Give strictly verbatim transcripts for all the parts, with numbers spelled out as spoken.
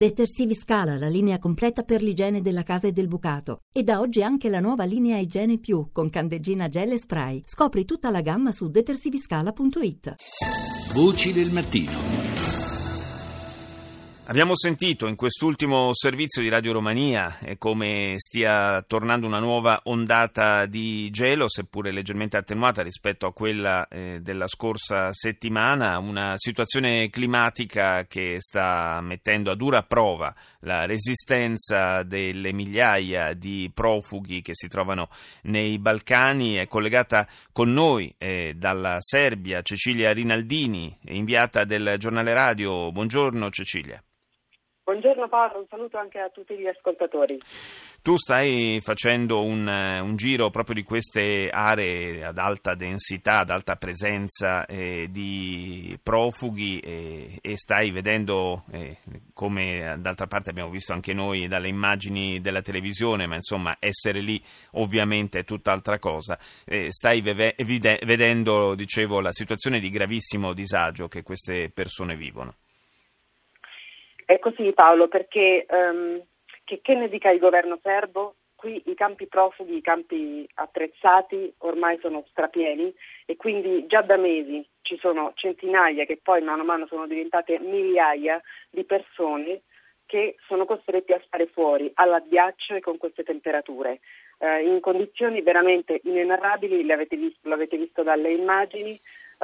Detersivi Scala, la linea completa per l'igiene della casa e del bucato. E da oggi anche la nuova linea Igiene Più, con candeggina gel e spray. Scopri tutta la gamma su detersiviscala punto it. Voci del mattino. Abbiamo sentito in quest'ultimo servizio di Radio Romania eh, come stia tornando una nuova ondata di gelo, seppure leggermente attenuata rispetto a quella eh, della scorsa settimana, una situazione climatica che sta mettendo a dura prova la resistenza delle migliaia di profughi che si trovano nei Balcani. È collegata con noi eh, dalla Serbia Cecilia Rinaldini, inviata del Giornale Radio. Buongiorno Cecilia. Buongiorno Paolo, un saluto anche a tutti gli ascoltatori. Tu stai facendo un, un giro proprio di queste aree ad alta densità, ad alta presenza eh, di profughi eh, e stai vedendo, eh, come d'altra parte abbiamo visto anche noi dalle immagini della televisione, ma insomma essere lì ovviamente è tutt'altra cosa. Eh, stai veve- vide- vedendo, dicevo, la situazione di gravissimo disagio che queste persone vivono. È così Paolo, perché um, che, che ne dica il governo serbo, qui i campi profughi, i campi attrezzati ormai sono strapieni e quindi già da mesi ci sono centinaia, che poi mano a mano sono diventate migliaia di persone che sono costretti a stare fuori all'addiaccio e con queste temperature, eh, in condizioni veramente inenarrabili, le avete visto, lo avete visto dalle immagini.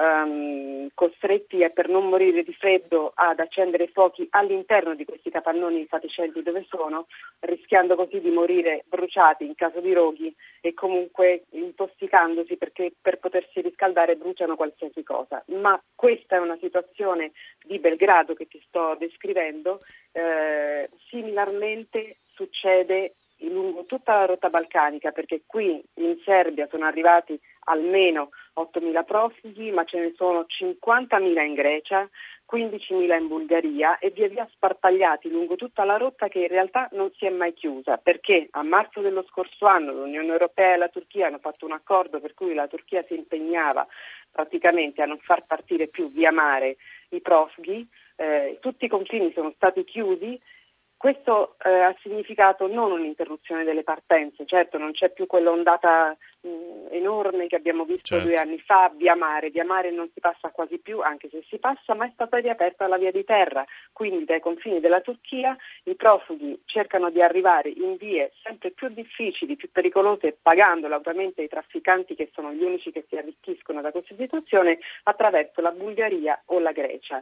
Um, costretti a, per non morire di freddo ad accendere fuochi all'interno di questi capannoni infatiscenti dove sono, rischiando così di morire bruciati in caso di roghi e comunque intossicandosi perché per potersi riscaldare bruciano qualsiasi cosa. Ma questa è una situazione di Belgrado che ti sto descrivendo, eh, similarmente succede lungo tutta la rotta balcanica, perché qui in Serbia sono arrivati almeno ottomila profughi, ma ce ne sono cinquantamila in Grecia, quindicimila in Bulgaria e via via sparpagliati lungo tutta la rotta, che in realtà non si è mai chiusa, perché a marzo dello scorso anno l'Unione Europea e la Turchia hanno fatto un accordo per cui la Turchia si impegnava praticamente a non far partire più via mare i profughi, eh, tutti i confini sono stati chiusi. Questo eh, ha significato non un'interruzione delle partenze, certo non c'è più quell'ondata mh, enorme che abbiamo visto certo. due anni fa via mare, via mare non si passa quasi più, anche se si passa, ma è stata riaperta la via di terra, quindi dai confini della Turchia i profughi cercano di arrivare in vie sempre più difficili, più pericolose, pagando lautamente i trafficanti che sono gli unici che si arricchiscono da questa situazione, attraverso la Bulgaria o la Grecia.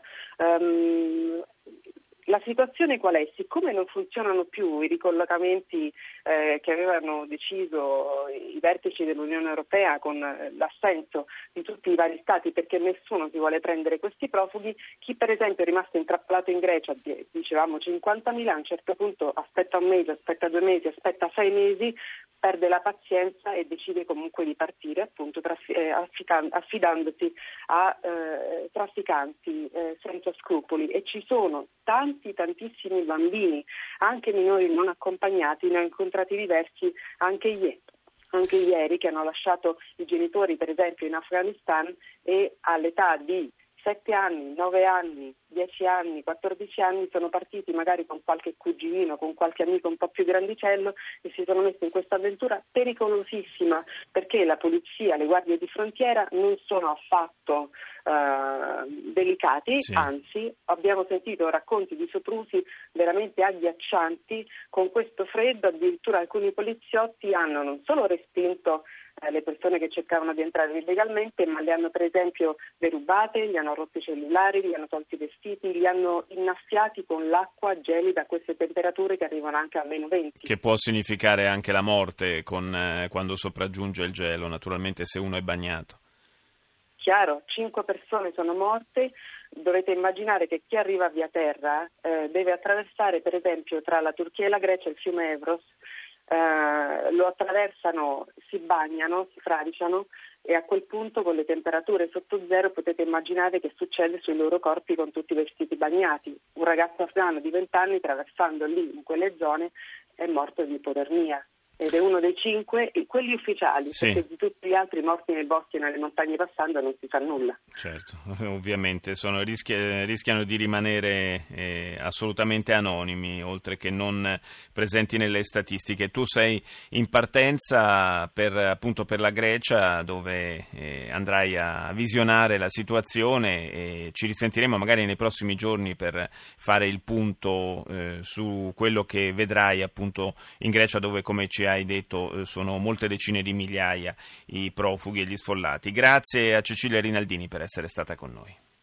Um, La situazione qual è? Siccome non funzionano più i ricollocamenti eh, che avevano deciso i vertici dell'Unione Europea con l'assenso di tutti i vari stati, perché nessuno si vuole prendere questi profughi, chi per esempio è rimasto intrappolato in Grecia, dicevamo cinquantamila, a un certo punto aspetta un mese, aspetta due mesi, aspetta sei mesi, perde la pazienza e decide comunque di partire, appunto traf- eh, affidandosi a eh, trafficanti eh, senza scrupoli, e ci sono tanti tantissimi bambini, anche minori non accompagnati, ne ho incontrati diversi anche ieri. Anche ieri, che hanno lasciato i genitori per esempio in Afghanistan e all'età di sette anni, nove anni, dieci anni, quattordici anni sono partiti magari con qualche cuginino, con qualche amico un po' più grandicello, e si sono messi in questa avventura pericolosissima, perché la polizia, le guardie di frontiera non sono affatto uh, delicati, sì. Anzi abbiamo sentito racconti di soprusi veramente agghiaccianti. Con questo freddo addirittura alcuni poliziotti hanno non solo respinto le persone che cercavano di entrare illegalmente, ma le hanno per esempio derubate, gli hanno rotto i cellulari, gli hanno tolto i vestiti, li hanno innaffiati con l'acqua gelida a queste temperature che arrivano anche a meno venti. Che può significare anche la morte con, eh, quando sopraggiunge il gelo, naturalmente se uno è bagnato. Chiaro, cinque persone sono morte. Dovete immaginare che chi arriva via terra eh, deve attraversare per esempio tra la Turchia e la Grecia il fiume Evros. Uh, lo attraversano, si bagnano, si fradiciano, e a quel punto con le temperature sotto zero potete immaginare che succede sui loro corpi con tutti i vestiti bagnati. Un ragazzo afghano di venti anni, attraversando lì in quelle zone, è morto di ipotermia. ed è uno dei cinque, e quelli ufficiali, sì. perché di tutti gli altri morti nei boschi e nelle montagne passando non si sa nulla. Certo, ovviamente sono, rischia, rischiano di rimanere eh, assolutamente anonimi, oltre che non presenti nelle statistiche. Tu sei in partenza per, appunto per la Grecia, dove eh, andrai a visionare la situazione, e ci risentiremo magari nei prossimi giorni per fare il punto eh, su quello che vedrai appunto in Grecia, dove, come ci hai detto, eh, sono molte decine di migliaia i profughi e gli sfollati. Grazie a Cecilia Rinaldini per essere stata con noi.